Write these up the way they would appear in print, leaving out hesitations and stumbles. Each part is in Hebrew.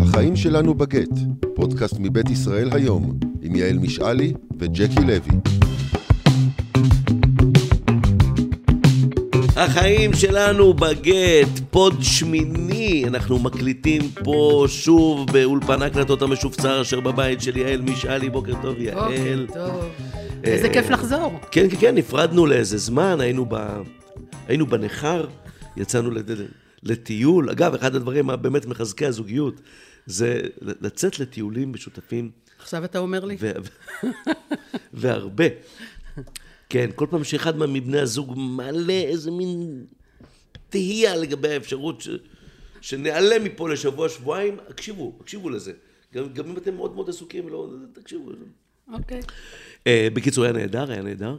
החיים שלנו בגט, פודקאסט מבית ישראל היום, עם יעל משעלי וג'קי לוי. החיים שלנו בגט, פוד שמיני, אנחנו מקליטים פה שוב באולפן הקלטות המשופצר אשר בבית של יעל משעלי. בוקר טוב יעל. בוקר טוב. איזה כיף לחזור. כן, נפרדנו לאיזה זמן, היינו בנחר, יצאנו לטיול. אגב, אחד הדברים הבאמת מחזקי הזוגיות, זה לצאת לטיולים משותפים. עכשיו אתה אומר לי? והרבה. כן, כל פעם שאחד מבני הזוג מעלה איזה מין תהייה לגבי האפשרות שנעלה מפה לשבוע, שבועיים, הקשיבו לזה. גם אם אתם מאוד מאוד עסוקים, לא, תקשיבו. אוקיי. בקיצור, היה נהדר.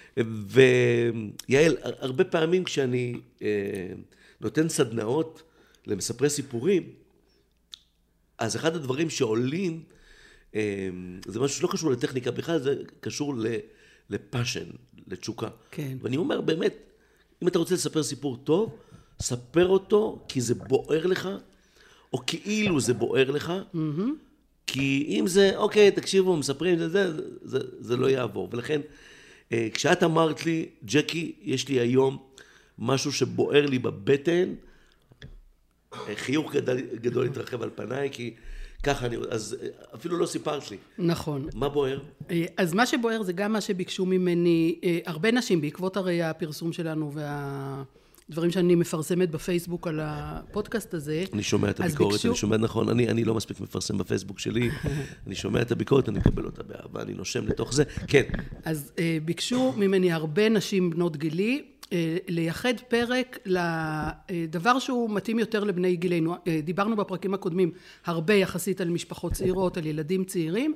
ויעל, הרבה פעמים כשאני נותן סדנאות למספרי סיפורים, אז אחד הדברים שעולים, זה משהו שלא קשור לטכניקה בכלל, זה קשור לפאשן, לתשוקה. כן. ואני אומר, באמת, אם אתה רוצה לספר סיפור טוב, ספר אותו כי זה בוער לך, או כאילו זה בוער לך, כי אם זה, אוקיי, תקשיבו, מספרים, זה לא יעבור. ולכן, כשאת אמרת לי, ג'קי, יש לי היום משהו שבוער לי בבטן, חיוך גדול התרחב על פניי, כי ככה אז אפילו לא סיפרת לי. נכון. מה בוער? אז מה שבוער זה גם מה שביקשו ממני הרבה נשים, בעקבות הרי הפרסום שלנו והדברים שאני מפרסמת בפייסבוק על הפודקאסט הזה. אני שומע את הביקורת, אני שומע נכון, אני לא מספיק מפרסם בפייסבוק שלי, אני שומע את הביקורת, אני אקבל אותה באהבה, אני נושם לתוך זה. כן. אז ביקשו ממני הרבה נשים בנות גילי, לייחד פרק לדבר שהוא מתאים יותר לבני גילנו. דיברנו בפרקים הקודמים הרבה יחסית על משפחות צעירות, על ילדים צעירים,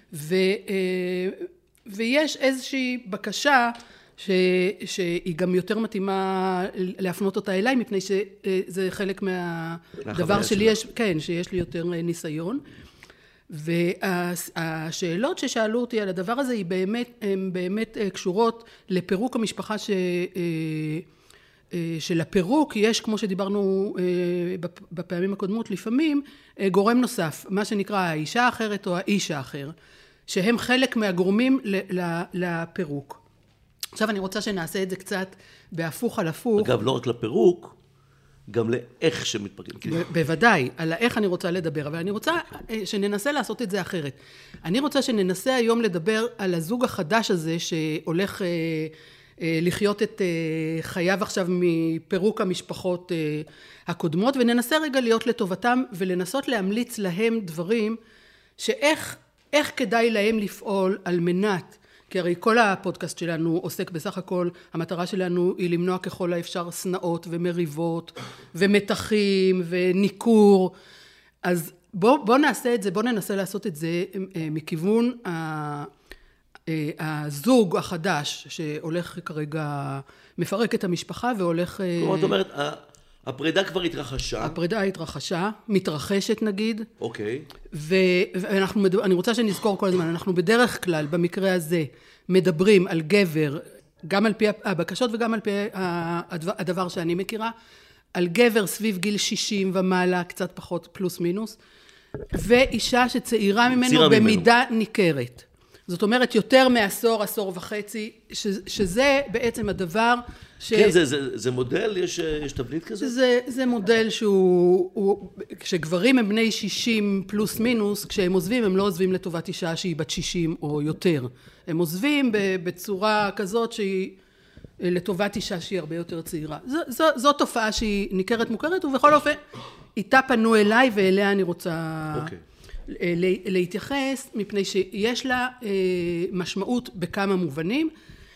ויש איזושהי בקשה שהיא גם יותר מתאימה להפנות אותה אליי, מפני שזה חלק מהדבר שלי, שיש לי יותר ניסיון. והשאלות ששאלו אותי על הדבר הזה הן באמת קשורות לפירוק המשפחה של הפירוק. יש, כמו שדיברנו בפעמים הקודמות, לפעמים גורם נוסף, מה שנקרא האישה האחרת או האיש האחר, שהם חלק מהגורמים לפירוק. עכשיו אני רוצה שנעשה את זה קצת בהפוך על הפוך. אגב, לא רק לפירוק, גם לאיך שמתפרקים. בוודאי, על האיך אני רוצה לדבר, אבל אני רוצה שננסה לעשות את זה אחרת. אני רוצה שננסה היום לדבר על הזוג החדש הזה שהולך לחיות את חייו עכשיו מפירוק המשפחות הקודמות, וננסה רגע להיות לטובתם ולנסות להמליץ להם דברים שאיך כדאי להם לפעול על מנת, כי הרי כל הפודקאסט שלנו עוסק בסך הכל, המטרה שלנו היא למנוע ככל האפשר שנאות ומריבות ומתחים וניכור. אז בוא נעשה את זה, בוא ננסה לעשות את זה מכיוון הזוג החדש שהולך כרגע, מפרק את המשפחה והולך... כלומר, את אומרת, הפרידה כבר התרחשה. הפרידה התרחשה, מתרחשת נגיד. אוקיי. ואני רוצה שנזכור כל הזמן, אנחנו בדרך כלל במקרה הזה מדברים על גבר, גם על פי הבקשות וגם על פי הדבר שאני מכירה, על גבר סביב גיל 60 ומעלה, קצת פחות פלוס מינוס, ואישה שצעירה ממנו במידה ניכרת. זאת אומרת, יותר מעשור, עשור וחצי, שזה בעצם הדבר כן, זה מודל? יש תבנית כזה? זה מודל כשגברים הם בני 60 פלוס מינוס, כשהם עוזבים, הם לא עוזבים לטובת אישה שהיא בת 60 או יותר. הם עוזבים בצורה כזאת שהיא לטובת אישה שהיא הרבה יותר צעירה. זו תופעה שהיא ניכרת מוכרת, ובכל אופן, איתה פנו אליי ואליה אני רוצה... להתייחס, מפני שיש לה משמעות בכמה מובנים,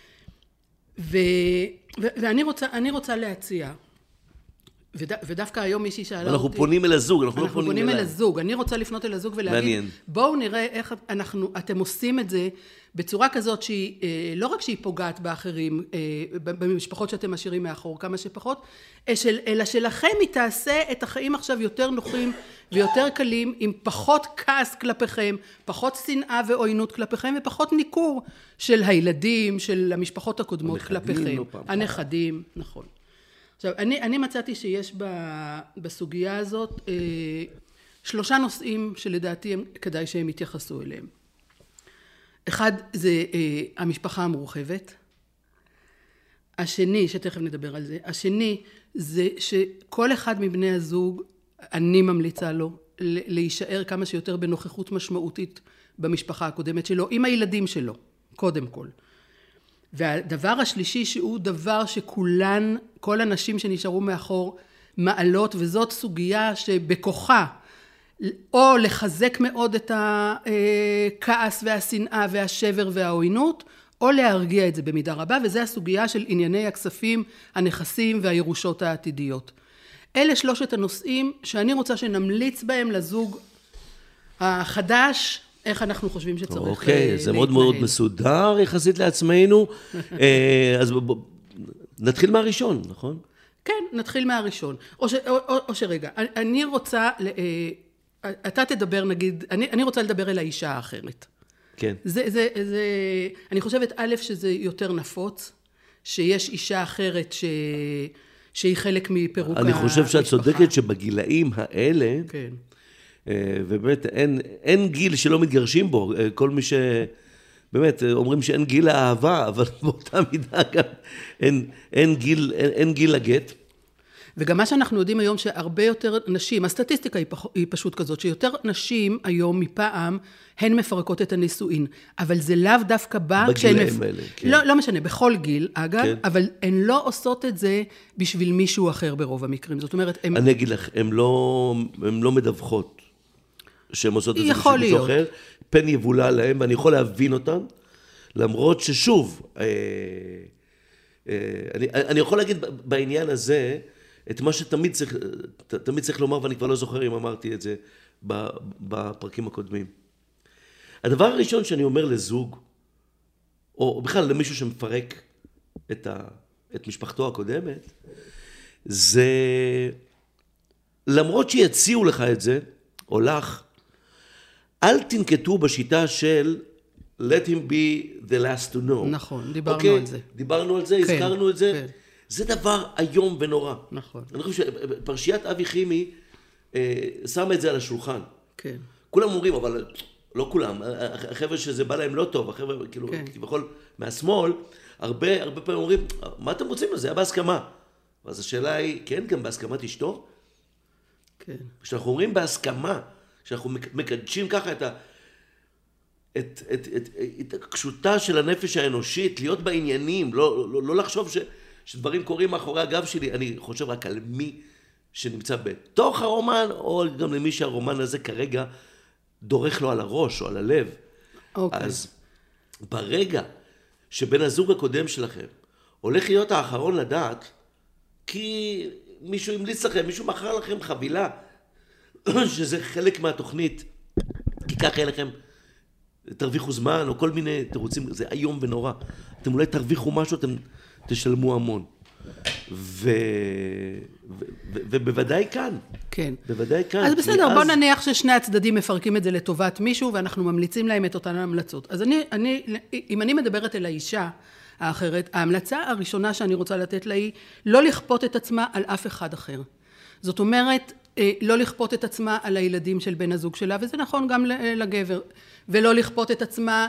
ואני רוצה להציע, ודווקא היום מישהי שאלה אותי... אנחנו פונים אל הזוג, אנחנו פונים אל הזוג. אני רוצה לפנות אל הזוג ולהגיד, בואו נראה איך אתם עושים את זה בצורה כזאת שהיא, לא רק שהיא פוגעת באחרים, במשפחות שאתם משאירים מאחור כמה שפחות, אלא שלכם היא תעשה את החיים עכשיו יותר נוחים ויותר קלים, עם פחות כעס כלפיכם, פחות שנאה ועוינות כלפיכם, ופחות ניכור של הילדים, של המשפחות הקודמות כלפיכם. הנכדים, נכון. עכשיו, אני מצאתי שיש בסוגיה הזאת 3 נושאים שלדעתי כדאי שהם יתייחסו אליהם. אחד זה המשפחה המורחבת. השני, שתכף נדבר על זה, השני זה שכל אחד מבני הזוג, אני ממליצה לו, להישאר כמה שיותר בנוכחות משמעותית במשפחה הקודמת שלו, עם הילדים שלו, קודם כל. והדבר השלישי שהוא דבר שכולן, כל הנשים שנשארו מאחור מעלות, וזאת סוגיה שבכוחה, או לחזק מאוד את הכעס והשנאה והשבר והעוינות, או להרגיע את זה במידה רבה, וזה הסוגיה של ענייני הכספים, הנכסים והירושות העתידיות. אלה 3 הנושאים שאני רוצה שנמליץ בהם לזוג החדש, איך אנחנו חושבים שצריך להתנהל. אוקיי, זה מאוד מאוד מסודר יחסית לעצמנו. אז נתחיל מהראשון, נכון? כן, נתחיל מהראשון. או שרגע, אני רוצה, אתה תדבר נגיד, אני רוצה לדבר אל האישה האחרת. כן. אני חושבת א' שזה יותר נפוץ, שיש אישה אחרת שהיא חלק מפירוק המשפחה. אני חושב שאת צודקת שבגילאים האלה, כן. ובאמת אין גיל שלא מתגרשים בו, כל מי באמת אומרים שאין גיל לאהבה, אבל באותה מידה גם אין גיל לגט. וגם מה שאנחנו יודעים היום שהרבה יותר נשים, הסטטיסטיקה היא פשוט כזאת, שיותר נשים היום מפעם הן מפרקות את הנישואין, אבל זה לאו דווקא בא בגילאים האלה, כן. לא משנה, בכל גיל, אגב, כן. אבל הן לא עושות את זה בשביל מישהו אחר ברוב המקרים. זאת אומרת, אני אגיד לך, הן לא מדווחות שהן עושות את זה בשביל מישהו אחר, פן יבולה להם, ואני יכול להבין אותן, למרות ששוב, אני יכול להגיד בעניין הזה, את מה שתמיד צריך לומר, ואני כבר לא זוכר אם אמרתי את זה בפרקים הקודמים. הדבר הראשון שאני אומר לזוג, או בכלל למישהו שמפרק את משפחתו הקודמת, זה למרות שיציעו לך את זה, או לך, אל תנקטו בשיטה של let him be the last to know. נכון, דיברנו על זה. דיברנו על זה, הזכרנו את זה. כן. זה דבר איום ונורא. נכון. אני חושב שפרשיית אבי חימי שמה את זה על השולחן. כן. כולם אומרים, אבל לא כולם, החבר'ה שזה בא להם לא טוב, החבר'ה כאילו, כביכול מהשמאל, הרבה פעמים אומרים, מה אתם רוצים? זה היה בהסכמה. אז השאלה היא, כן, גם בהסכמת אשתו? כן. כשאנחנו אומרים בהסכמה, כשאנחנו מקדשים ככה את הקשוטה של הנפש האנושית, להיות בעניינים, לא לחשוב שדברים קורים מאחורי הגב שלי, אני חושב רק על מי שנמצא בתוך הרומן, או גם למי שהרומן הזה כרגע דורך לו על הראש או על הלב. אוקיי. אז ברגע שבן הזוג הקודם שלכם הולך להיות האחרון לדעת, כי מישהו המליץ לכם, מישהו מכר לכם חבילה, שזה חלק מהתוכנית, כי ככה יהיה לכם, תרוויחו זמן או כל מיני תירוצים, זה איום ונורא. אתם אולי תרוויחו משהו, אתם תשלמו המון. ובוודאי כאן. כן. בוודאי כאן. אז בסדר, בוא נניח ששני הצדדים מפרקים את זה לטובת מישהו, ואנחנו ממליצים להם את אותן המלצות. אז אם אני מדברת אל האישה האחרת, ההמלצה הראשונה שאני רוצה לתת לה היא, לא לכפות את עצמה על אף אחד אחר. זאת אומרת, לא לכפות את עצמה על הילדים של בן הזוג שלה, וזה נכון גם לגבר, ולא לכפות את עצמה,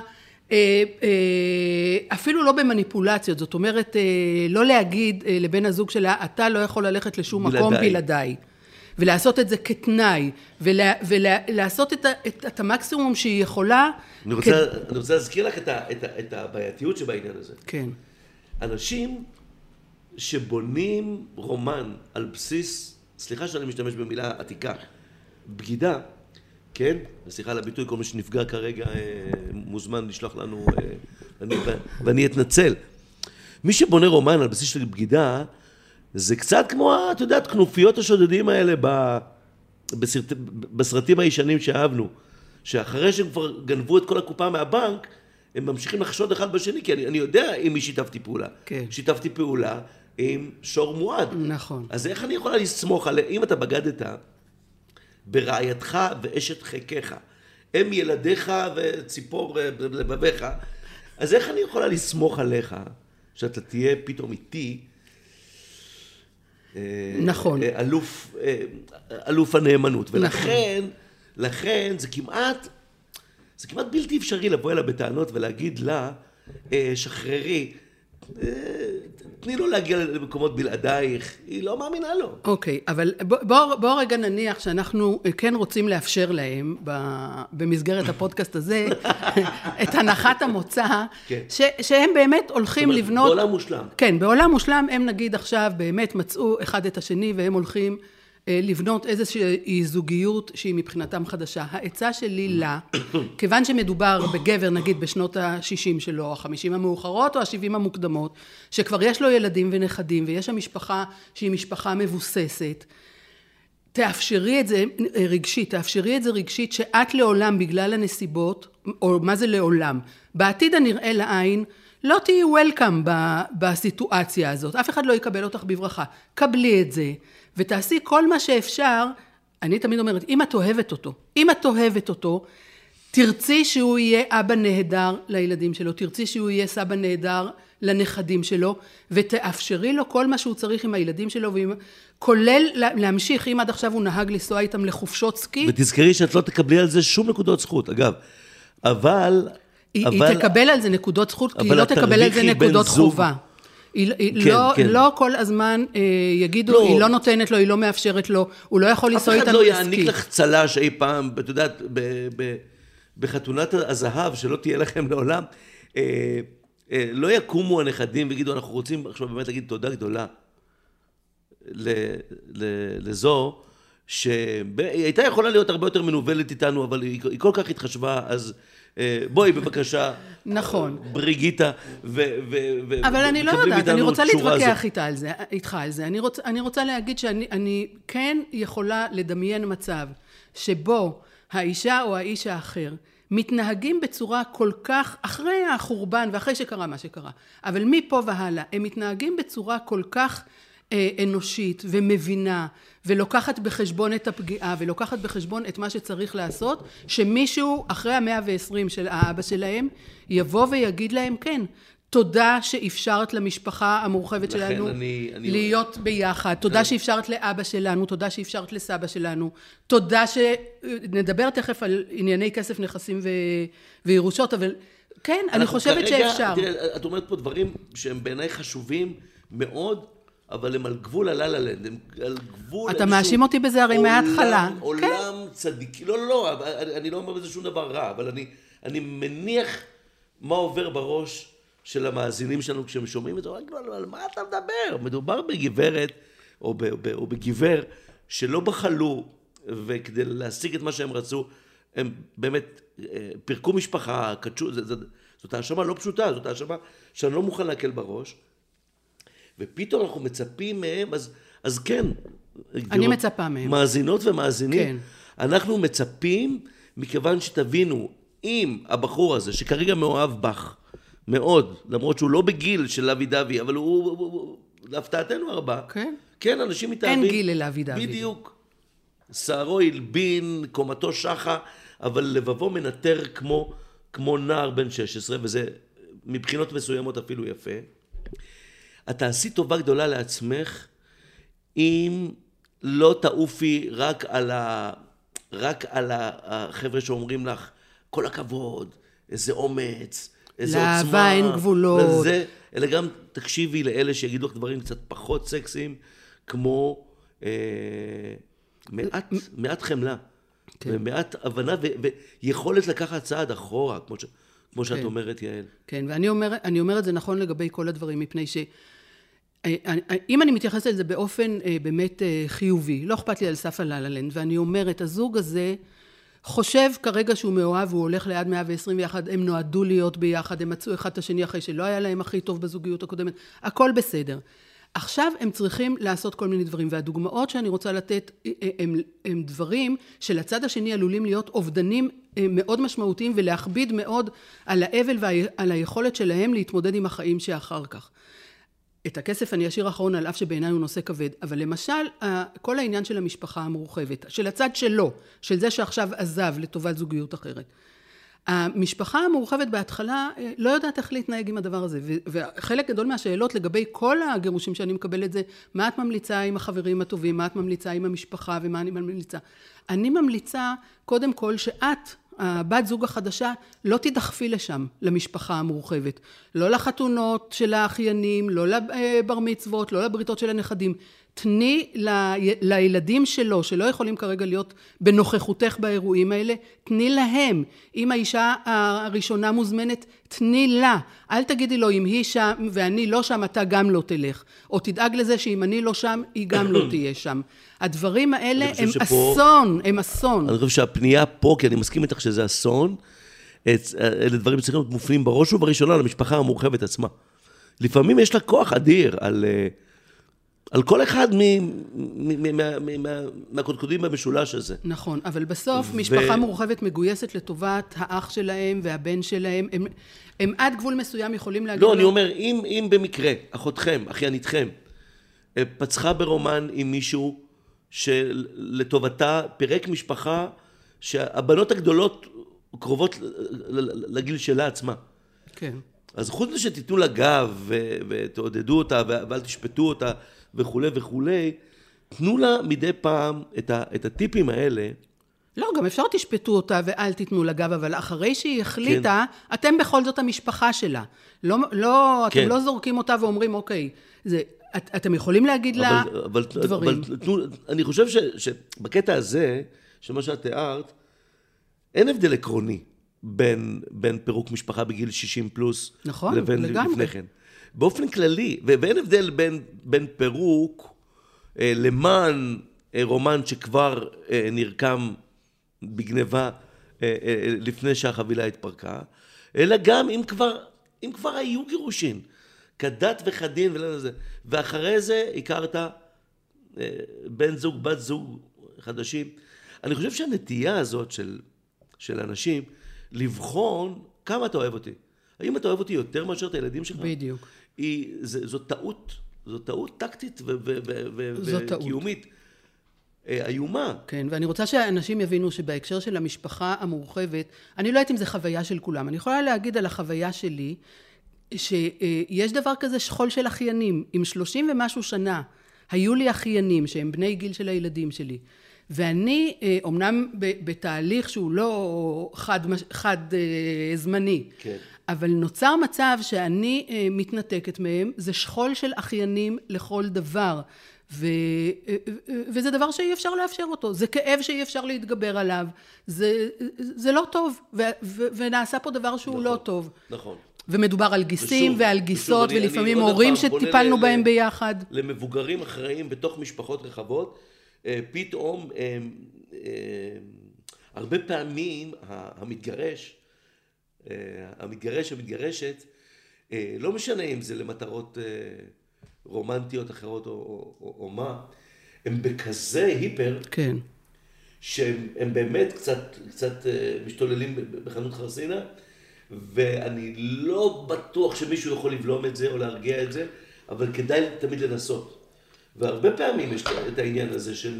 אפילו לא במניפולציות, זאת אומרת, לא להגיד לבן הזוג שלה, אתה לא יכול ללכת לשום מקום בלעדיי, ולעשות את זה כתנאי, ולעשות את המקסימום שהיא יכולה. אני רוצה להזכיר לך את הבעייתיות שבעניין הזה. כן. אנשים שבונים רומן על בסיס, סליחה שאני משתמש במילה עתיקה, בגידה, כן? סליחה על הביטוי, כל מי שנפגע כרגע מוזמן לשלוח לנו, ואני אתנצל. מי שבונה רומן על בסיס של בגידה, זה קצת כמו, אתה יודעת, כנופיות השודדים האלה בסרטים הישנים שאהבנו, שאחרי שהם כבר גנבו את כל הקופה מהבנק, הם ממשיכים לחשוד אחד בשני, כי אני יודע עם מי שיתפתי פעולה. כן. שיתפתי פעולה עם שור מועד. נכון. אז איך אני יכולה לסמוך על, אם אתה בגדת ברעייתך ואשת חיקך, אם ילדיך וציפור לבביך, אז איך אני יכולה לסמוך עליך שאתה תהיה פתאום איתי, נכון. אלוף הנאמנות. ולכן לכן זה כמעט בלתי אפשרי לבוא אליה בטענות ולהגיד לה, שחררי, תני לו להגיע למקומות בלעדייך, היא לא מאמינה לו. אוקיי, אבל בוא רגע נניח שאנחנו כן רוצים לאפשר להם, במסגרת הפודקאסט הזה, את הנחת המוצא, שהם באמת הולכים לבנות... בעולם מושלם. כן, בעולם מושלם הם נגיד עכשיו באמת מצאו אחד את השני, והם הולכים לבנות איזושהי זוגיות שהיא מבחינתם חדשה. העצה שלי לה, כיוון שמדובר בגבר נגיד בשנות ה-60 שלו, ה-50 המאוחרות או ה-70 המוקדמות, שכבר יש לו ילדים ונכדים, ויש המשפחה שהיא משפחה מבוססת, תאפשרי את זה רגשית, שאת לעולם בגלל הנסיבות, או מה זה לעולם, בעתיד הנראה לעין, לא תהיי וולקאם בסיטואציה הזאת, אף אחד לא יקבל אותך בברכה, קבלי את זה, ותעשי כל מה שאפשר. אני תמיד אומרת, אם את אוהבת אותו, תרצי שהוא יהיה אבא נהדר לילדים שלו, תרצי שהוא יהיה סבא נהדר לנכדים שלו, ותאפשרי לו כל מה שהוא צריך עם הילדים שלו, כולל להמשיך, אם עד עכשיו הוא נהג לנסוע איתם לחופשות סקי. ותזכרי שאת לא תקבלי על זה שום נקודות זכות, אגב, אבל... היא תקבל על זה נקודות זכות, כי היא לא תקבל על זה נקודות חובה. לא כל הזמן יגידו, היא לא נותנת לו, היא לא מאפשרת לו, הוא לא יכול לנסוע איתנו לסקי. אף אחד לא יעניק לך צל"ש אי פעם, את יודעת, בחתונת הזהב, שלא תהיה לכם לעולם, לא יקומו הנכדים ויגידו, אנחנו רוצים עכשיו באמת להגיד תודה גדולה לזו, שהיא הייתה יכולה להיות הרבה יותר מנובלת איתנו, אבל היא כל כך התחשבה, אז בואי בבקשה, נכון. בריגיטה, אבל אני לא יודעת, אני רוצה להתווכח איתך על זה. אני רוצה להגיד שאני כן יכולה לדמיין מצב, שבו האישה או האיש האחר, מתנהגים בצורה כל כך, אחרי החורבן ואחרי שקרה מה שקרה, אבל מפה והלאה, הם מתנהגים בצורה כל כך אנושית ומבינה, ולוקחת בחשבון את הפגיעה, ולוקחת בחשבון את מה שצריך לעשות, שמישהו אחרי 120 של האבא שלהם, יבוא ויגיד להם, כן, תודה שאפשרת למשפחה המורחבת שלנו להיות ביחד, תודה שאפשרת לאבא שלנו, תודה שאפשרת לסבא שלנו, תודה שנדבר תכף על ענייני כסף, נכסים וירושות, אבל כן, אני חושבת שאפשר. תראה, את אומרת פה דברים שהם בעיניי חשובים מאוד, אבל הם על גבול הללנד, הם על גבול... אתה מאשים אותי בזה הרי מההתחלה. עולם צדיק, לא, אני לא אומר בזה שום דבר רע, אבל אני מניח מה עובר בראש של המאזינים שלנו כשהם שומעים את זה, על מה אתה מדבר? מדובר בגברת או בגבר שלא בחלו, וכדי להשיג את מה שהם רצו, הם באמת פרקו משפחה, קדשו, זאת האשמה לא פשוטה, זאת האשמה שאני לא מוכן להקל בראש, ופתאום אנחנו מצפים מהם, אז כן. אני מצפה מהם. מאזינות ומאזינים. כן. אנחנו מצפים, מכיוון שתבינו, אם הבחור הזה, שכרגע מאוהב בך, מאוד, למרות שהוא לא בגיל של לוי דווי, אבל הוא להפתעתנו הרבה. כן. כן, אנשים מתאהבים. אין גיל ללוי דווי. בדיוק. שערו הלבין, קומתו שחה, אבל לבבו מנטר כמו נער בן 16, וזה מבחינות מסוימות אפילו יפה. את תעשי טובה גדולה לעצמך, אם לא תעופי רק על החבר'ה שאומרים לך, כל הכבוד, איזה אומץ, איזה עוצמה. לאהבה אין גבולות. וזה, אלא גם תקשיבי לאלה שיגידו לך דברים קצת פחות סקסיים, כמו מעט חמלה, כן. ומעט הבנה ויכולת לקחת צעד אחורה, כמו שאת אומרת, יעל. כן, ואני אומרת זה נכון לגבי כל הדברים, מפני ש... אם אני מתייחסת לזה באופן באמת חיובי, לא אכפת לי על סף הללנד, ואני אומרת, הזוג הזה חושב כרגע שהוא מאוהב, הוא הולך ליד 121, הם נועדו להיות ביחד, הם מצאו אחד את השני אחרי שלא היה להם הכי טוב בזוגיות הקודמת, הכל בסדר. עכשיו הם צריכים לעשות כל מיני דברים, והדוגמאות שאני רוצה לתת הם דברים שלצד השני עלולים להיות אובדנים מאוד משמעותיים, ולהכביד מאוד על האבל ועל היכולת שלהם להתמודד עם החיים שאחר כך. את הכסף אני אשאיר אחרון על אף שבעיניי הוא נושא כבד, אבל למשל, כל העניין של המשפחה המורחבת, של הצד שלו, של זה שעכשיו עזב לטובת זוגיות אחרת. המשפחה המורחבת בהתחלה לא יודעת איך להתנהג עם הדבר הזה, וחלק גדול מהשאלות לגבי כל הגירושים שאני מקבלת זה, מה את ממליצה עם החברים הטובים, מה את ממליצה עם המשפחה ומה אני ממליצה. אני ממליצה קודם כל שאת, הבת זוג החדשה, לא תדחפי לשם, למשפחה המורחבת. לא לחתונות של האחיינים, לא לבר מצוות, לא לבריתות של הנכדים. תני לילדים שלו, שלא יכולים כרגע להיות בנוכחותך באירועים האלה, תני להם. אם האישה הראשונה מוזמנת, תני לה. אל תגידי לו, אם היא שם ואני לא שם, אתה גם לא תלך. או תדאג לזה שאם אני לא שם, היא גם לא תהיה שם. הדברים האלה הם אסון, הם אסון. אני חושב שהפנייה פה, כי אני מסכים איתך שזה אסון, אלה דברים שצריכים להיות מופנים בראש ובראשונה למשפחה המורחבת עצמה. לפעמים יש לה כוח אדיר על כל אחד מהקודקודים במשולש הזה. נכון, אבל בסוף משפחה מורחבת מגויסת לטובת האח שלהם והבן שלהם, הם עד גבול מסוים יכולים להגיד... לא, אני אומר, אם במקרה, אחותכם, אחייניתכם, פצחה ברומן עם מישהו שלטובתה פירק משפחה שהבנות הגדולות קרובות לגיל שלה עצמה. כן. אז חוץ מזה שתיתנו לה גב ותעודדו אותה ואל תשפטו אותה וכו' וכו', תנו לה מדי פעם את הטיפים האלה. לא, גם אפשר תשפטו אותה ואל תיתנו לה גב, אבל אחרי שהיא החליטה, כן. אתם בכל זאת המשפחה שלה. לא, כן. אתם לא זורקים אותה ואומרים, אוקיי, אתם יכולים להגיד לה דברים. אבל אני חושב שבקטע הזה, שמה שאת תיארת, אין הבדל עקרוני בין פירוק משפחה בגיל 60 פלוס, נכון, לבין לפני כן. באופן כללי, ואין הבדל בין פירוק למען רומן שכבר נרקם בגניבה לפני שהחבילה התפרקה, אלא גם אם כבר היו גירושין, כדת וכדין ולזה, ואחרי זה הכרת בן זוג, בת זוג חדשים. אני חושב שהנטייה הזאת של אנשים לבחון כמה אתה אוהב אותי. האם אתה אוהב אותי יותר מאשר את הילדים שלך? בדיוק. זו טעות טקטית וקיומית. איומה. כן, ואני רוצה שאנשים יבינו שבהקשר של המשפחה המורחבת, אני לא יודעת אם זה חוויה של כולם, אני יכולה להגיד על החוויה שלי, שיש דבר כזה שכול של אחיינים. עם 30 ומשהו שנה, היו לי אחיינים שהם בני גיל של הילדים שלי. ואני, אומנם בתהליך שהוא לא חד זמני, כן. אבל נוצר מצב שאני מתנתקת מהם, זה שכול של אחיינים לכל דבר. וזה דבר שאי אפשר לאפשר אותו, זה כאב שאי אפשר להתגבר עליו, זה לא טוב, ונעשה פה דבר שהוא נכון, לא טוב. נכון. ומדובר על גיסים ועל גיסות, ולפעמים הורים שטיפלנו בהם ביחד. למבוגרים אחראים בתוך משפחות רחבות, פתאום, הרבה פעמים המתגרשת, לא משנה אם זה למטרות רומנטיות אחרות או מה, הם בכזה היפר, כן. שהם באמת קצת משתוללים בחנות חרסינה, ואני לא בטוח שמישהו יכול לבלום את זה או להרגיע את זה, אבל כדאי תמיד לנסות. והרבה פעמים יש את העניין הזה של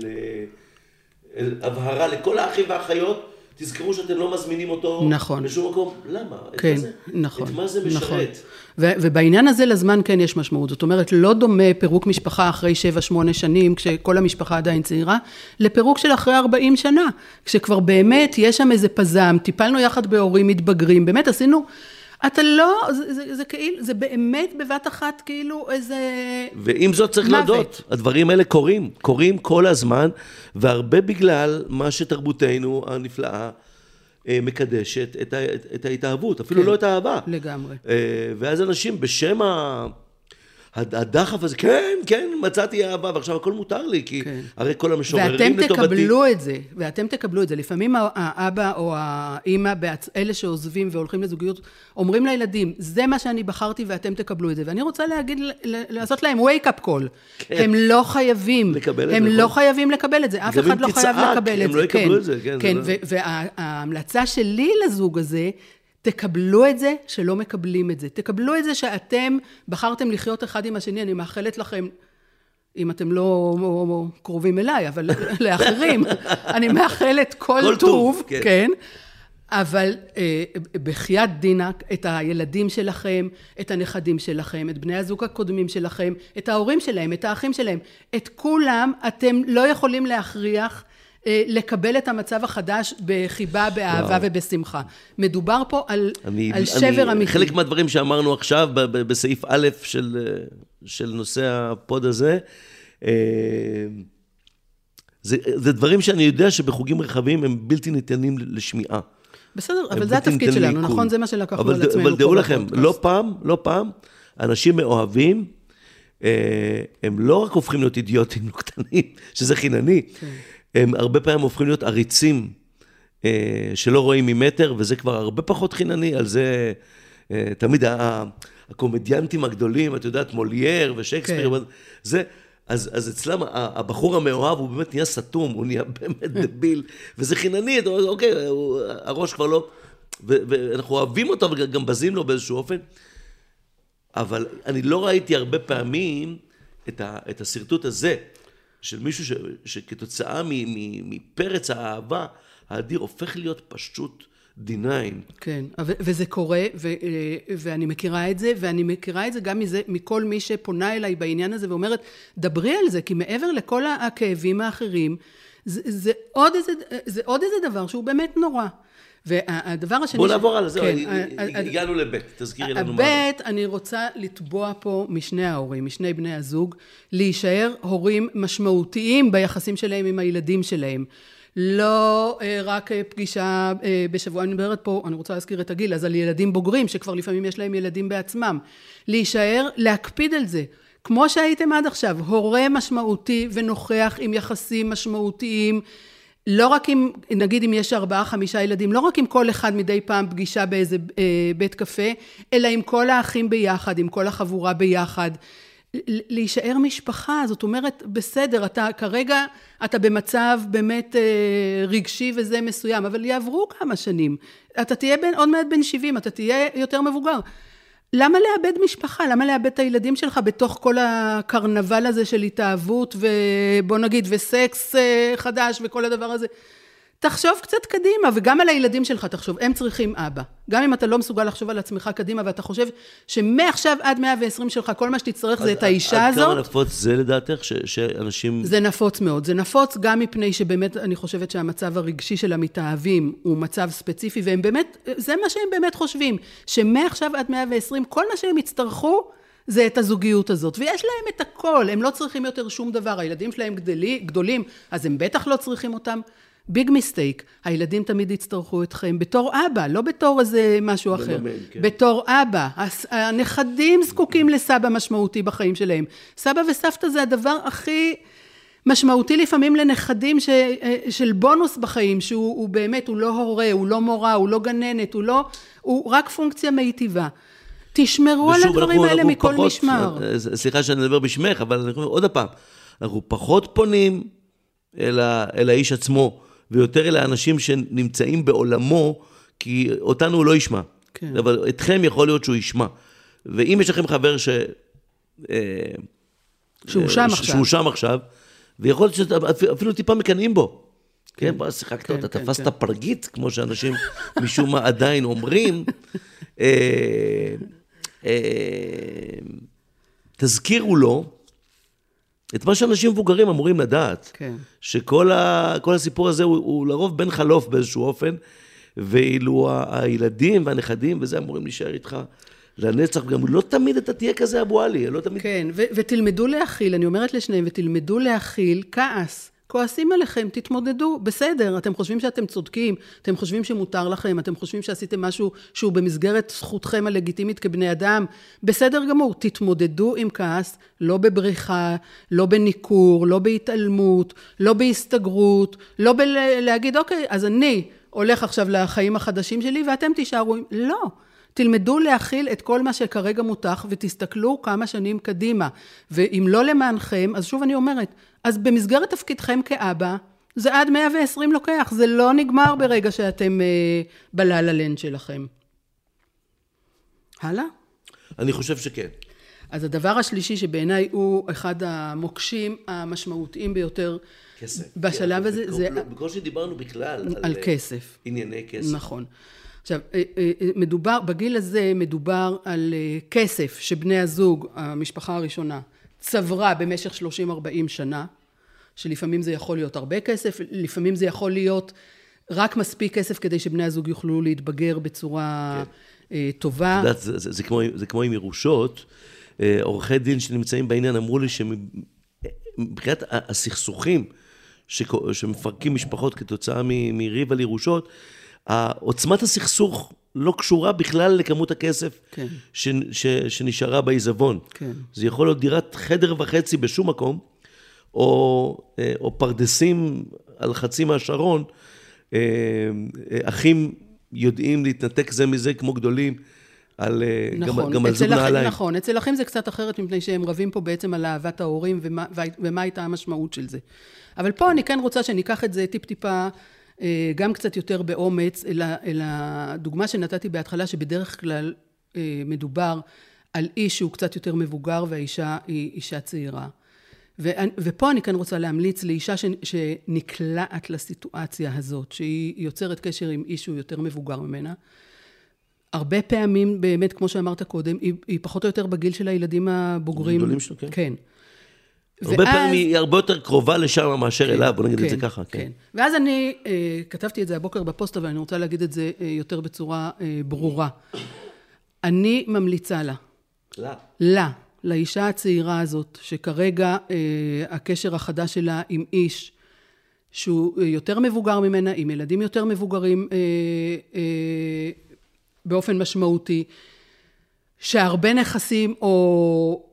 הבהרה לכל האחים והאחיות, תזכרו שאתם לא מזמינים אותו נכון. לשום מקום. למה? כן, נכון. את מה זה משרת? נכון. ובעניין הזה לזמן כן יש משמעות. זאת אומרת, לא דומה פירוק משפחה אחרי 7-8 שנים, כשכל המשפחה עדיין צעירה, לפירוק של אחרי 40 שנה, כשכבר באמת יש שם איזה פזם, טיפלנו יחד בהורים מתבגרים, באמת עשינו... אתה לא, זה כאילו, זה באמת בבת אחת כאילו איזה... ועם זאת צריך להודות, הדברים האלה קורים כל הזמן, והרבה בגלל מה שתרבותנו הנפלאה מקדשת את ההתאהבות, אפילו לא את האהבה. לגמרי. ואז אנשים בשם הדחף הזה, כן, מצאתי אהבה, ועכשיו הכל מותר לי, כי הרי כל המשוררים לטובתי. ואתם תקבלו את זה. לפעמים האבא או האמא, אלה שעוזבים והולכים לזוגיות, אומרים לילדים, זה מה שאני בחרתי ואתם תקבלו את זה. ואני רוצה לעשות להם wake up call. הם לא חייבים. הם לא חייבים לקבל את זה. אף אחד לא חייב לקבל את זה. הם לא יקבלו את זה. כן, וההמלצה שלי לזוג הזה, תקבלו את זה שלא מקבלים את זה. תקבלו את זה שאתם בחרתם לחיות אחד עם השני. אני מאחלת לכם, אם אתם לא קרובים אליי, אבל לאחרים, אני מאחלת כל טוב, כן. אבל בחייאת דינק, את הילדים שלכם, את הנכדים שלכם, את בני הזוג הקודמים שלכם, את ההורים שלהם, את האחים שלהם, את כולם אתם לא יכולים להכריח לקבל את המצב החדש בחיבה, באהבה ובשמחה. מדובר פה על שבר אמיתי. חלק מהדברים שאמרנו עכשיו בסעיף א' של נושא הפוד הזה, זה דברים שאני יודע שבחוגים רחבים הם בלתי ניתנים לשמיעה. בסדר, אבל זה התפקיד שלנו, נכון? זה מה שלקחנו על עצמנו. אבל דעו לכם, לא פעם, אנשים מאוהבים, הם לא רק הופכים להיות אידיוטים קטנים, שזה חינני, הם הרבה פעמים הופכים להיות עריצים, שלא רואים ממטר, וזה כבר הרבה פחות חינני, על זה תמיד הקומדיאנטים הגדולים, את יודעת, מולייר ושייקספיר, זה... אז אצלם הבחור המאוהב הוא באמת נהיה סתום, הוא נהיה באמת דביל, וזה חינני, אוקיי, הראש כבר לא, ואנחנו אוהבים אותו, וגם בזים לו באיזשהו אופן, אבל אני לא ראיתי הרבה פעמים את הסרטוט הזה, של מישהו שכתוצאה מפרץ האהבה, האדיר הופך להיות פשוט דיניין. כן, וזה קורה, ואני מכירה את זה, ואני מכירה את זה גם מכל מי שפונה אליי בעניין הזה, ואומרת, דברי על זה, כי מעבר לכל הכאבים האחרים, זה עוד איזה דבר שהוא באמת נורא. והדבר השני... בוא נעבור על זה, הגענו לבית, תזכירי לנו מה. הבית, אני רוצה לתבוע פה משני ההורים, משני בני הזוג, להישאר הורים משמעותיים ביחסים שלהם עם הילדים שלהם. לא רק פגישה בשבוע, אני מדברת פה, אני רוצה להזכיר את הגיל, אז על ילדים בוגרים, שכבר לפעמים יש להם ילדים בעצמם. להישאר, להקפיד על זה. כמו שהייתם עד עכשיו, הורה משמעותי ונוכח עם יחסים משמעותיים, לא רק אם, נגיד אם יש 4-5 ילדים, לא רק עם כל אחד מדי פעם פגישה באיזה בית קפה, אלא עם כל האחים ביחד, עם כל החבורה ביחד. להישאר משפחה, זאת אומרת, בסדר, כרגע אתה במצב באמת רגשי וזה מסוים, אבל יעברו כמה שנים. אתה תהיה עוד מעט בן 70, אתה תהיה יותר מבוגר. למה לאבד משפחה? למה לאבד את הילדים שלך בתוך כל הקרנבל הזה של התאהבות ובוא נגיד וסקס חדש וכל הדבר הזה? תחשוב קצת קדימה, וגם על הילדים שלך תחשוב, הם צריכים אבא. גם אם אתה לא מסוגל לחשוב על עצמך קדימה, ואתה חושב שמעכשיו עד 120 שלך, כל מה שתצטרך זה את האישה הזאת. עד כמה נפוץ זה לדעתך שאנשים... זה נפוץ מאוד. זה נפוץ גם מפני שבאמת אני חושבת שהמצב הרגשי של המתאהבים הוא מצב ספציפי, והם באמת, זה מה שהם באמת חושבים, שמעכשיו עד 120, כל מה שהם יצטרכו, זה את הזוגיות הזאת, ויש להם את הכל, הם לא צריכים יותר שום דבר, הילדים שלהם גדולים, אז הם בטח לא צריכים אותם. ביג מיסטייק, הילדים תמיד יצטרכו אתכם בתור אבא, לא בתור איזה משהו אחר, כן. בתור אבא. הנכדים זקוקים לסבא משמעותי בחיים שלהם. סבא וסבתא זה הדבר הכי משמעותי לפעמים לנכדים של בונוס בחיים, שהוא באמת, הוא לא הורה, הוא לא מורה, הוא לא גננת, הוא רק פונקציה מיטיבה. תשמרו על הדברים האלה מכל משמר. סליחה שאני מדבר בשמך, אבל עוד הפעם, אנחנו פחות פונים אל האיש עצמו, ויותר אל האנשים שנמצאים בעולמו, כי אותנו הוא לא ישמע. כן. אבל אתכם יכול להיות שהוא ישמע. ואם יש לכם חבר שהוא שם עכשיו, ויכול להיות שאפילו טיפה מקנאים בו. כן, בוא שיחקת אותה, תפסת פרגית, כמו שאנשים משום מה עדיין אומרים. תזכירו לו, את מה שאנשים מבוגרים אמורים לדעת, כן. שכל הסיפור הזה הוא לרוב בן חלוף באיזשהו אופן, ואילו הילדים והנכדים וזה אמורים להישאר איתך לנצח, גם לא תמיד אתה תהיה כזה אבו עלי, לא תמיד... כן, ותלמדו להכיל, אני אומרת לשניהם, ותלמדו להכיל כעס, כועסים עליכם, תתמודדו, בסדר, אתם חושבים שאתם צודקים, אתם חושבים שמותר לכם, אתם חושבים שעשיתם משהו שהוא במסגרת זכותכם הלגיטימית כבני אדם, בסדר גמור, תתמודדו עם כעס, לא בבריחה, לא בניקור, לא בהתעלמות, לא בהסתגרות, לא בלהגיד, אוקיי, אז אני הולך עכשיו לחיים החדשים שלי, ואתם תישארו, לא. תלמדו להכיל את כל מה שכרגע מותח, ותסתכלו כמה שנים קדימה. ואם לא למענכם, אז שוב אני אומרת, אז במסגרת תפקידכם כאבא, זה עד 120 לוקח, זה לא נגמר ברגע שאתם בלילה לנד שלכם. הלאה? אני חושב שכן. אז הדבר השלישי שבעיניי הוא אחד המוקשים המשמעותיים ביותר, כסף. בשלב הזה זה... בקושי דיברנו בכלל על כסף. ענייני כסף. נכון. עכשיו, בגיל הזה מדובר על כסף שבני הזוג, המשפחה הראשונה, צברה במשך 30-40 שנה, שלפעמים זה יכול להיות הרבה כסף, לפעמים זה יכול להיות רק מספיק כסף כדי שבני הזוג יוכלו להתבגר בצורה טובה. זה כמו עם ירושות, עורכי דין שנמצאים בעניין אמרו לי שמבחינת הסכסוכים שמפרקים משפחות כתוצאה מריב על ירושות, עוצמת הסכסוך לא קשורה בכלל לכמות הכסף כן. שנשארה בעיזבון. כן. זה יכול להיות דירת חדר וחצי בשום מקום, או פרדסים על חצי מהשרון, אחים יודעים להתנתק זה מזה כמו גדולים, נכון, גם על זוג נעליים. נכון, אצל אחים זה קצת אחרת, מפני שהם רבים פה בעצם על אהבת ההורים, ומה הייתה המשמעות של זה. אבל פה אני כן רוצה שניקח את זה טיפ-טיפה, גם קצת יותר באומץ, אל הדוגמה שנתתי בהתחלה, שבדרך כלל מדובר על איש שהוא קצת יותר מבוגר, והאישה היא אישה צעירה. ופה אני כן רוצה להמליץ לאישה שנקלעת לסיטואציה הזאת, שהיא יוצרת קשר עם איש שהוא יותר מבוגר ממנה. הרבה פעמים, באמת, כמו שאמרת קודם, היא פחות או יותר בגיל של הילדים הבוגרים. גדולים שלו, כן. כן. הרבה פעמים היא הרבה יותר קרובה לשם מאשר אליו, בוא נגיד את זה ככה. כן. ואז אני כתבתי את זה הבוקר בפוסט, אבל אני רוצה להגיד את זה יותר בצורה ברורה. אני ממליצה לה. לאישה הצעירה הזאת, שכרגע הקשר החדש שלה עם איש, שהוא יותר מבוגר ממנה, עם ילדים יותר מבוגרים באופן משמעותי, שהרבה נכסים, או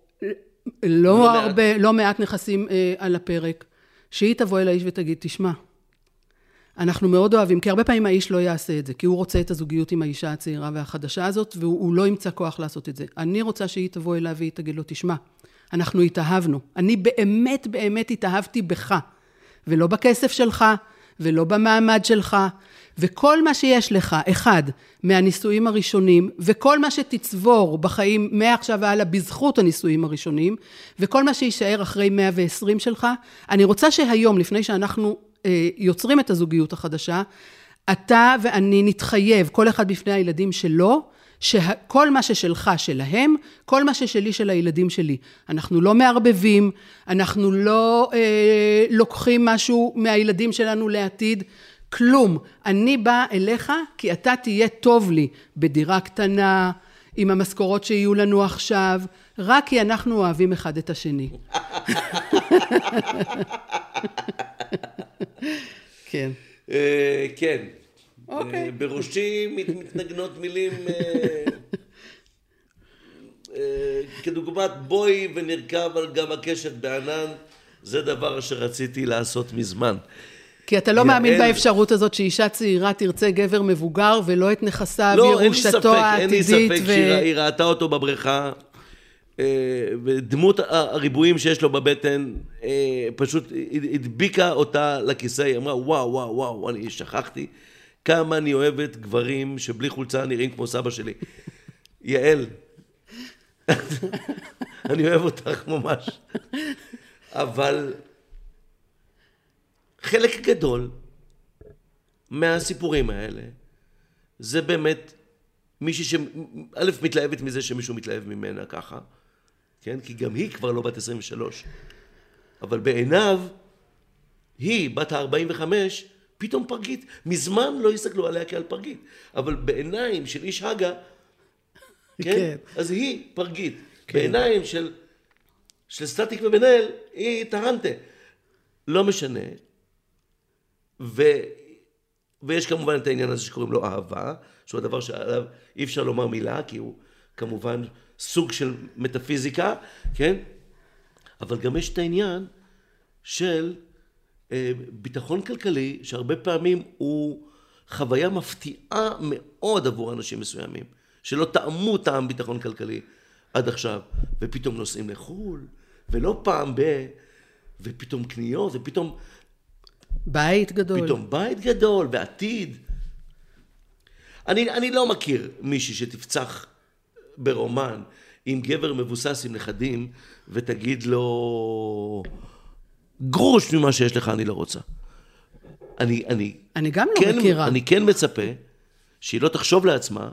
לא מעט נכסים על הפרק, שהיא תבוא אל האיש ותגיד, תשמע, אנחנו מאוד אוהבים, כי הרבה פעמים האיש לא יעשה את זה, כי הוא רוצה את הזוגיות עם האישה הצעירה והחדשה הזאת, והוא לא ימצא כוח לעשות את זה. אני רוצה שהיא תבוא אליו והיא תגיד לו, תשמע, אנחנו התאהבנו. אני באמת, באמת התאהבתי בך, ולא בכסף שלך, ולא במעמד שלך, וכל מה שיש לך, אחד, מהנישואים הראשונים, וכל מה שתצבור בחיים מעכשיו והלאה בזכות הנישואים הראשונים, וכל מה שישאר אחרי 120 שלך, אני רוצה שהיום, לפני שאנחנו יוצרים את הזוגיות החדשה, אתה ואני נתחייב, כל אחד בפני הילדים שלו, שכל מה ששלך שלהם, כל מה ששלי של הילדים שלי. אנחנו לא מערבבים, אנחנו לא לוקחים משהו מהילדים שלנו לעתיד, כלום. אני באה אליך כי אתה תהיה טוב לי בדירה קטנה, עם המשכורות שיהיו לנו עכשיו, רק כי אנחנו אוהבים אחד את השני. כן. כן. אוקיי. בראשי מתנגנות מילים כדוגמת בואי ונרכב על גב הקשת בענן, זה דבר שרציתי לעשות מזמן. כי אתה לא מאמין באפשרות הזאת שאישה צעירה תרצה גבר מבוגר ולא את נכסיו, ירושתו העתידית. אין לי ספק שהיא ראתה אותו בבריכה, ודמות הריבועים שיש לו בבטן פשוט הדביקה אותה לכיסא, היא אמרה וואו וואו וואו, אני שכחתי כמה אני אוהבת גברים שבלי חולצה נראים כמו סבא שלי. יעל, אני אוהב אותך ממש. אבל חלק גדול מהסיפורים האלה, זה באמת מישהי שא' מתלהבת מזה שמישהו מתלהב ממנה ככה, כן? כי גם היא כבר לא בת 23, אבל בעיניו, היא בת ה-45, פתאום פרגית. מזמן לא יסתכלו עליה כעל פרגית, אבל בעיניים של איש הגה, כן? כן. אז היא פרגית. כן. בעיניים של סטטיק ובן-אל, היא טרנטה. לא משנה. ויש כמובן את העניין הזה שקוראים לו אהבה, שהוא הדבר שעליו אי אפשר לומר מילה, כי הוא כמובן סוג של מטאפיזיקה, כן? אבל גם יש את העניין של ביטחון כלכלי, שהרבה פעמים הוא חוויה מפתיעה מאוד עבור אנשים מסוימים, שלא טעמו טעם ביטחון כלכלי עד עכשיו, ופתאום נוסעים לחול, ולא פעם ופתאום קניות, ופתאום בית גדול. פתאום בית גדול, ועתיד. אני לא מכיר מישהי שתפצח ברומן עם גבר מבוסס עם נכדים, ותגיד לו, גרוש ממה שיש לך אני לא רוצה. אני גם לא מכירה. אני כן מצפה שהיא לא תחשוב לעצמה,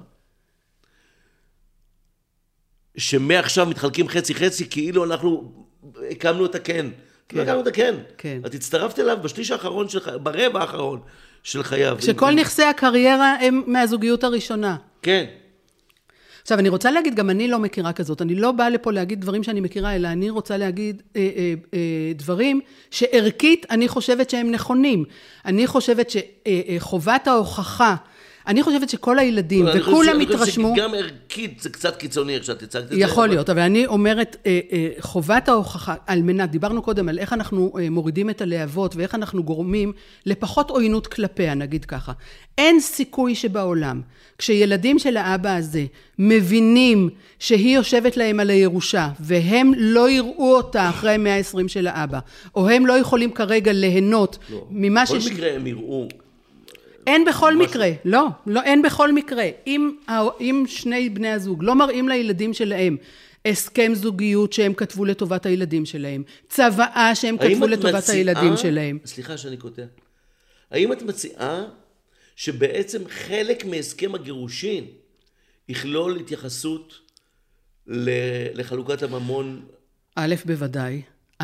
שמעכשיו מתחלקים חצי-חצי, כאילו אנחנו הקמנו את הכן. לא הקמנו את הכן. את הצטרפת אליו בשליש האחרון שלך, ברבע האחרון של חייו. שכל נכסי הקריירה הם מהזוגיות הראשונה. כן. עכשיו, אני רוצה להגיד, גם אני לא מכירה כזאת, אני לא באה לפה להגיד דברים שאני מכירה, אלא אני רוצה להגיד דברים שערכית אני חושבת שהם נכונים. אני חושבת שחובת ההוכחה, אני חושבת שכל הילדים, וכולם התרשמו... אני חושב שגם ערכית זה קצת קיצוני, איך שאת הצגת את זה. יכול להיות, אבל אני אומרת, חובת ההוכחה, על מנת, דיברנו קודם על איך אנחנו מורידים את הלהבות, ואיך אנחנו גורמים לפחות עוינות כלפיה, נגיד ככה. אין סיכוי שבעולם, כשילדים של האבא הזה מבינים שהיא יושבת להם על הירושה, והם לא יראו אותה אחרי 120 של האבא, או הם לא יכולים כרגע ליהנות ממה בכל מקרה הם יראו... אין בכל מקרה, לא, אין בכל מקרה. אם שני בני הזוג לא מראים לילדים שלהם הסכם זוגיות שהם כתבו לטובת הילדים שלהם, צוואה שהם כתבו לטובת הילדים שלהם. סליחה שאני קוטע. האם את מציעה שבעצם חלק מהסכם הגירושין יכלול התייחסות לחלוקת הממון? א' בוודאי.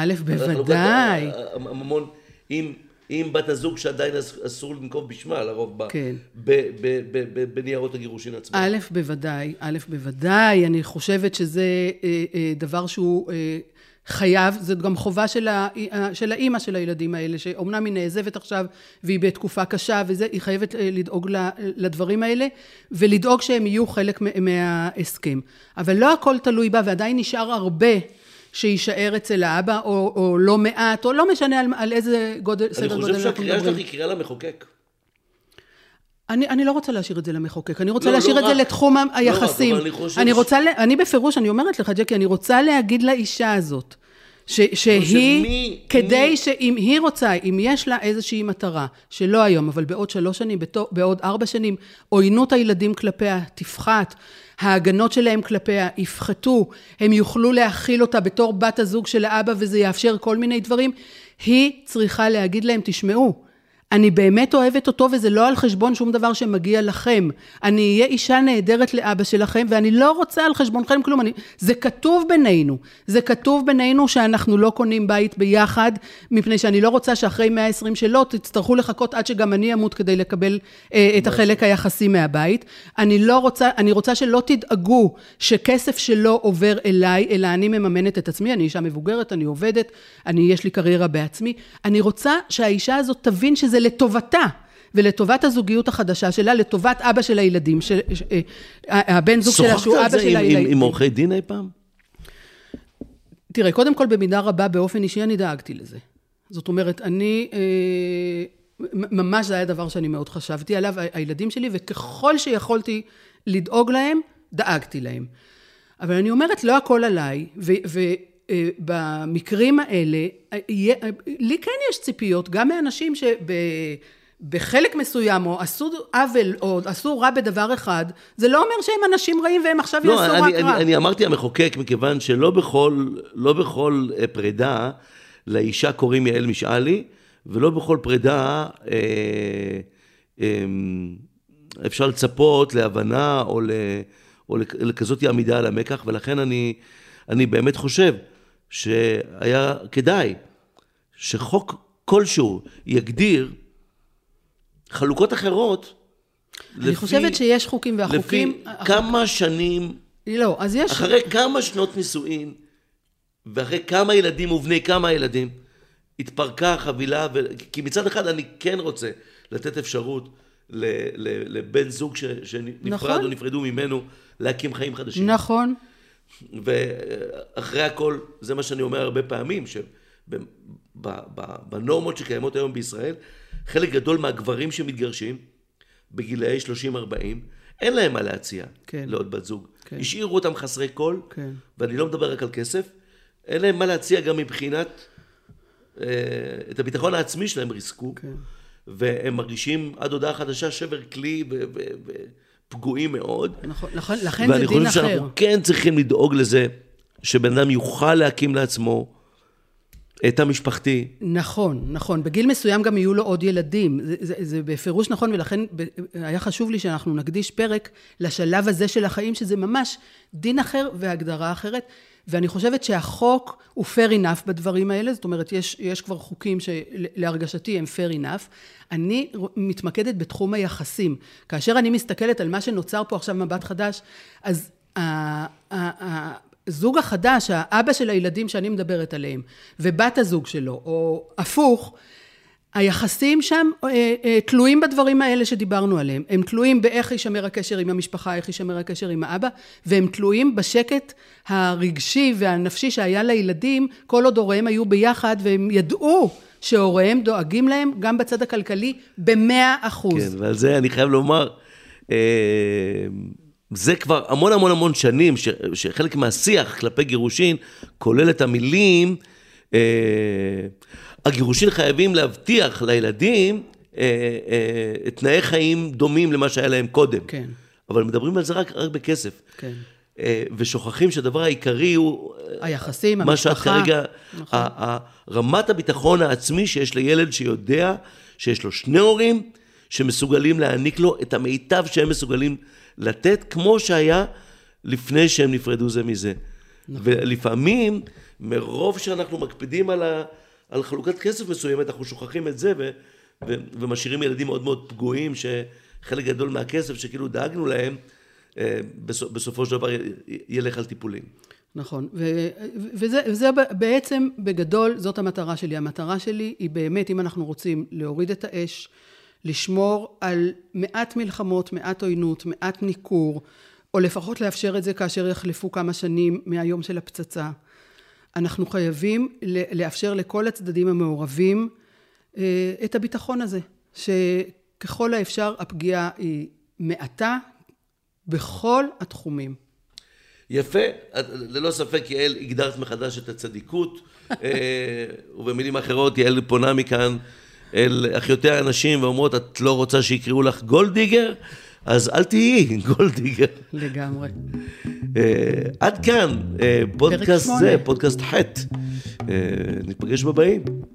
הממון עם בת הזוג שעדיין אסור לנקוב בשמה, לרוב כן. בניירות הגירושין עצמם. א' בוודאי, אני חושבת שזה דבר שהוא חייב, זאת גם חובה של האמא של הילדים האלה, שאומנם היא נעזבת עכשיו, והיא בתקופה קשה, והיא חייבת לדאוג לדברים האלה, ולדאוג שהם יהיו חלק מההסכם. אבל לא הכל תלוי בה, ועדיין נשאר הרבה, שישאר אצל האבא, או לא מעט, או לא משנה על איזה סדר גודל. אני חושב שהקריאה שלך היא קריאה למחוקק. אני לא רוצה להשאיר את זה למחוקק, אני רוצה להשאיר את זה לתחום היחסים. אני בפירוש, אני אומרת לך, ג'קי, אני רוצה להגיד לאישה הזאת, שהיא, כדי שאם היא רוצה, אם יש לה איזושהי מטרה, שלא היום, אבל בעוד 3 שנים, בעוד 4 שנים, עוינות הילדים כלפיה תפחת, ההגנות שלהם כלפיה יפחתו, הם יוכלו להכיל אותה בתור בת הזוג של האבא, וזה יאפשר כל מיני דברים, היא צריכה להגיד להם, תשמעו, אני באמת אוהבת אותו, וזה לא על חשבון שום דבר שמגיע לכם. אני אהיה אישה נהדרת לאבא שלכם, ואני לא רוצה על חשבונכם כלום. זה כתוב בינינו. זה כתוב בינינו שאנחנו לא קונים בית ביחד, מפני שאני לא רוצה שאחרי 120 שלו, תצטרכו לחכות עד שגם אני אמות כדי לקבל את החלק היחסי מהבית. אני רוצה שלא תדאגו שכסף שלו עובר אליי, אלא אני מממנת את עצמי, אני אישה מבוגרת, אני עובדת, יש לי קריירה בעצמי. אני רוצה שהאישה הזאת תבין שזה לטובתה, ולטובת הזוגיות החדשה שלה, לטובת אבא של הילדים, הבן זוג שלה, שהוא אבא של הילדים. שוחחת על זה עם עורכי דין אי פעם? תראה, קודם כל במידה רבה, באופן אישי אני דאגתי לזה. זאת אומרת, ממש זה היה דבר שאני מאוד חשבתי עליו, הילדים שלי, וככל שיכולתי לדאוג להם, דאגתי להם. אבל אני אומרת, לא הכל עליי, במקרים האלה, לי כן יש ציפיות, גם מאנשים שבחלק מסוים, או עשו עוול, או עשו רע בדבר אחד, זה לא אומר שהם אנשים רעים, והם עכשיו יעשו רק רע. אני אמרתי המחוקק, מכיוון שלא בכל פרידה, לאישה קוראים יעל משאלי, ולא בכל פרידה אפשר לצפות להבנה, או לכזאת עמידה על המקח, ולכן אני באמת חושב שהיה כדאי שחוק כלשהו יגדיר חלוקות אחרות. אני חושבת שיש חוקים והחוקים... לפי כמה שנים, לא, אז יש... אחרי כמה שנות נישואין, ואחרי כמה ילדים ובני כמה ילדים, התפרקה החבילה, כי מצד אחד אני כן רוצה לתת אפשרות לבן זוג שנפרד או נפרדו ממנו, להקים חיים חדשים. נכון. ואחרי הכל, זה מה שאני אומר הרבה פעמים, שבנורמות שקיימות היום בישראל, חלק גדול מהגברים שמתגרשים, בגילאי 30-40, אין להם מה להציע לעוד בת זוג. השאירו אותם חסרי כל, ואני לא מדבר רק על כסף, אין להם מה להציע גם מבחינת, את הביטחון העצמי שלהם ריסקו, והם מרגישים עד הודעה חדשה שבר כלי פגועים מאוד. נכון, לכן זה דין אחר. ואני חושב שאנחנו כן צריכים לדאוג לזה, שבן אדם יוכל להקים לעצמו את המשפחתי. נכון, נכון. בגיל מסוים גם יהיו לו עוד ילדים. זה בפירוש נכון, ולכן היה חשוב לי שאנחנו נקדיש פרק לשלב הזה של החיים, שזה ממש דין אחר והגדרה אחרת. ואני חושבת שהחוק הוא fair enough בדברים האלה, זאת אומרת, יש כבר חוקים שלהרגשתי הם fair enough. אני מתמקדת בתחום היחסים. כאשר אני מסתכלת על מה שנוצר פה עכשיו מבט חדש, אז הזוג החדש, האבא של הילדים שאני מדברת עליהם, ובת הזוג שלו, או הפוך, היחסים שם תלויים בדברים האלה שדיברנו עליהם. הם תלויים באיך יישמר הקשר עם המשפחה, איך יישמר הקשר עם האבא, והם תלויים בשקט הרגשי והנפשי שהיה לילדים, כל עוד הוריהם היו ביחד, והם ידעו שהוריהם דואגים להם, גם בצד הכלכלי, ב100%. כן, ועל זה אני חייב לומר, זה כבר המון שנים, שחלק מהשיח כלפי גירושין, כולל את המילים, הגירושין חייבים להבטיח לילדים תנאי חיים דומים למה שהיה להם קודם. כן. אבל מדברים על זה רק בכסף. כן. ושוכחים שהדבר העיקרי הוא... היחסים, מה שאת המשפחה. כרגע... נכון. רמת הביטחון העצמי שיש לילד שיודע שיש לו שני הורים שמסוגלים להעניק לו את המיטב שהם מסוגלים לתת, כמו שהיה לפני שהם נפרדו זה מזה. נכון. ולפעמים, מרוב שאנחנו מקפידים על חלוקת כסף מסוימת, אנחנו שוכחים את זה ומשאירים ילדים מאוד מאוד פגועים, שחלק גדול מהכסף שכאילו דאגנו להם, בסופו של דבר ילך על טיפולים. נכון, וזה בעצם בגדול, זאת המטרה שלי. המטרה שלי היא באמת, אם אנחנו רוצים להוריד את האש, לשמור על מעט מלחמות, מעט עוינות, מעט ניכור, או לפחות לאפשר את זה כאשר יחלפו כמה שנים מהיום של הפצצה. אנחנו חייבים לאפשר לכל הצדדים המעורבים את הביטחון הזה, שככל האפשר הפגיעה היא מעטה בכל התחומים. יפה, ללא ספק יעל הגדרת מחדש את הצדיקות, ובמילים אחרות יעל פונה מכאן אל אחיותיה האנשים ואומרות, את לא רוצה שיקראו לך גולדיגר? אז אל תהיי גולדיגר. לגמרי. עד כאן, פודקאסט זה, פודקאסט ח'. נתפגש בבאים.